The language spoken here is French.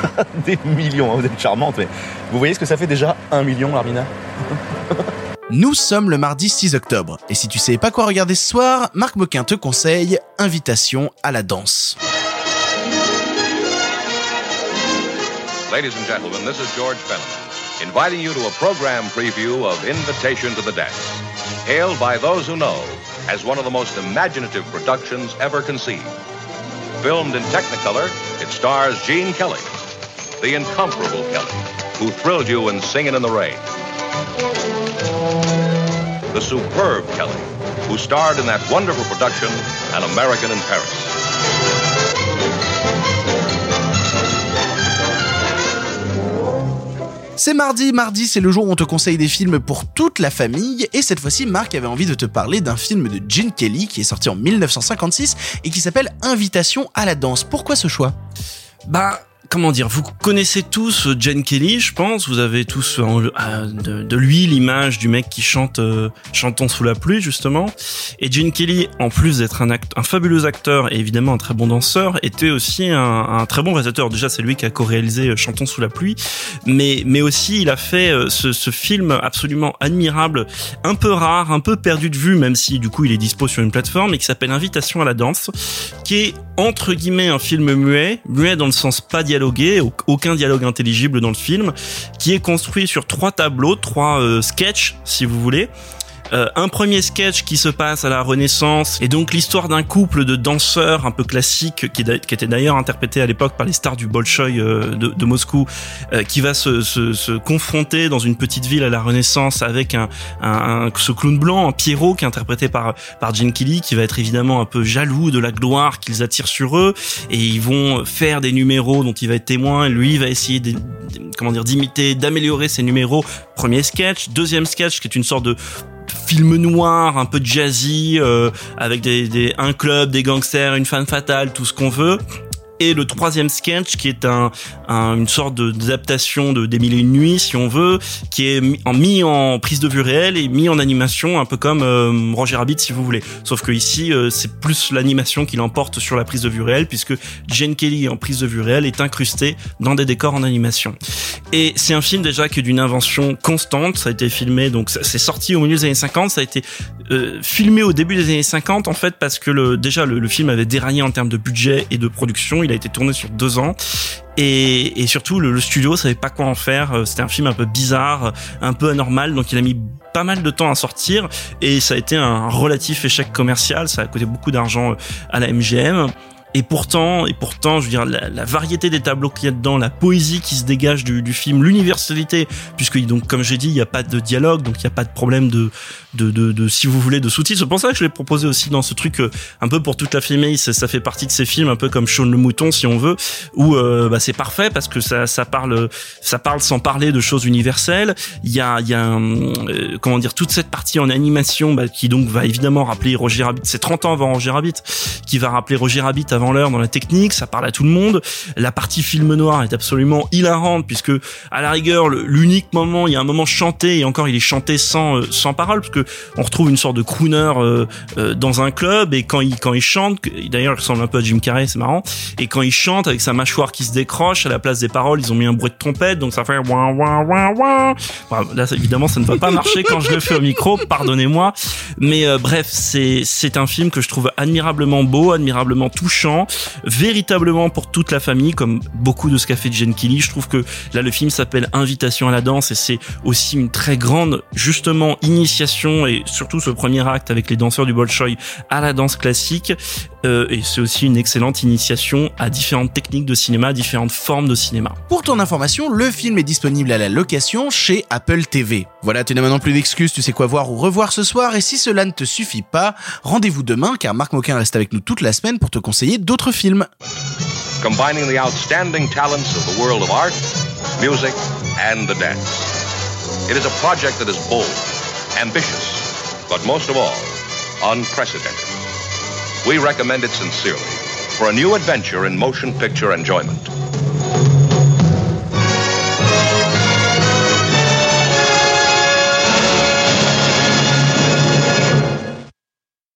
Des millions, vous êtes charmante, mais vous voyez ce que ça fait déjà 1 million, Larmina? Nous sommes le mardi 6 octobre, et si tu sais pas quoi regarder ce soir, Marc Moquin te conseille Invitation à la danse. Ladies and gentlemen, this is George Fenneman, inviting you to a program preview of Invitation to the Dance, hailed by those who know as one of the most imaginative productions ever conceived. Filmed in Technicolor, it stars Gene Kelly, the incomparable Kelly, who thrilled you in Singin' in the Rain. The superb Kelly, who starred in that wonderful production, An American in Paris. C'est mardi c'est le jour où on te conseille des films pour toute la famille, et cette fois-ci Marc avait envie de te parler d'un film de Gene Kelly qui est sorti en 1956 et qui s'appelle Invitation à la danse. Pourquoi ce choix ? Comment dire, vous connaissez tous Gene Kelly, je pense. Vous avez tous de lui l'image du mec qui chante Chantons sous la pluie, justement. Et Gene Kelly, en plus d'être un fabuleux acteur et évidemment un très bon danseur, était aussi un très bon réalisateur. Déjà, c'est lui qui a co-réalisé Chantons sous la pluie, mais aussi il a fait ce film absolument admirable, un peu rare, un peu perdu de vue, même si du coup il est dispo sur une plateforme, et qui s'appelle Invitation à la danse, qui est entre guillemets un film muet dans le sens pas dialogué, aucun dialogue intelligible dans le film, qui est construit sur 3 tableaux, 3 sketchs si vous voulez. Un premier sketch qui se passe à la Renaissance, et donc l'histoire d'un couple de danseurs un peu classiques qui était d'ailleurs interprété à l'époque par les stars du Bolchoï de Moscou, qui va se confronter dans une petite ville à la Renaissance avec ce clown blanc, un Pierrot, qui est interprété par Gene Kelly, qui va être évidemment un peu jaloux de la gloire qu'ils attirent sur eux, et ils vont faire des numéros dont il va être témoin. Lui va essayer d'imiter, d'améliorer ses numéros. Premier sketch. Deuxième sketch qui est une sorte de film noir, un peu jazzy, avec un club, des gangsters, une femme fatale, tout ce qu'on veut. Et le troisième sketch qui est une sorte d'adaptation des Mille et une nuits, si on veut, qui est mis en prise de vue réelle et mis en animation, un peu comme Roger Rabbit, si vous voulez. Sauf que ici, c'est plus l'animation qui l'emporte sur la prise de vue réelle, puisque Gene Kelly en prise de vue réelle est incrusté dans des décors en animation. Et c'est un film déjà qui est d'une invention constante. Ça a été filmé, donc c'est sorti au milieu des années 50. Ça a été filmé au début des années 50, en fait, parce que le film avait déraillé en termes de budget et de production. Il a été tourné sur 2 ans. Et surtout, le studio savait pas quoi en faire. C'était un film un peu bizarre, un peu anormal, donc il a mis pas mal de temps à sortir, et ça a été un relatif échec commercial. Ça a coûté beaucoup d'argent à la MGM. Et pourtant, je veux dire, la variété des tableaux qu'il y a dedans, la poésie qui se dégage du film, l'universalité, puisque donc, comme j'ai dit, il n'y a pas de dialogue, donc il n'y a pas de problème de si vous voulez, de sous-titres. C'est pour ça que je l'ai proposé aussi dans ce truc un peu pour toute la famille. Ça fait partie de ces films un peu comme Shaun le mouton, si on veut, où c'est parfait parce que ça parle sans parler de choses universelles. Il y a toute cette partie en animation qui donc va évidemment rappeler Roger Rabbit. C'est 30 ans avant Roger Rabbit, qui va rappeler Roger Rabbit avant l'heure dans la technique. Ça parle à tout le monde. La partie film noir est absolument hilarante, puisque à la rigueur l'unique moment, il y a un moment chanté, et encore il est chanté sans parole, parce que on retrouve une sorte de crooner dans un club, et quand il chante, d'ailleurs il ressemble un peu à Jim Carrey, c'est marrant, et quand il chante avec sa mâchoire qui se décroche, à la place des paroles ils ont mis un bruit de trompette, donc ça fait ouin ouin ouin ouin. Là évidemment ça ne va pas marcher quand je le fais au micro, pardonnez-moi, mais bref, c'est un film que je trouve admirablement beau, admirablement touchant, véritablement pour toute la famille, comme beaucoup de ce qu'a fait Gene Kelly. Je trouve que là le film s'appelle Invitation à la danse, et c'est aussi une très grande justement initiation, et surtout ce premier acte avec les danseurs du Bolchoï à la danse classique, et c'est aussi une excellente initiation à différentes techniques de cinéma, différentes formes de cinéma. Pour ton information, le film est disponible à la location chez Apple TV. Voilà, tu n'as maintenant plus d'excuses, tu sais quoi voir ou revoir ce soir, et si cela ne te suffit pas, rendez-vous demain, car Marc Moquin reste avec nous toute la semaine pour te conseiller d'autres films. Combining the outstanding talents of the world of art, music and the dance. It is a project that is bold, ambitious, but most of all, unprecedented. We recommend it sincerely for a new adventure in motion picture enjoyment.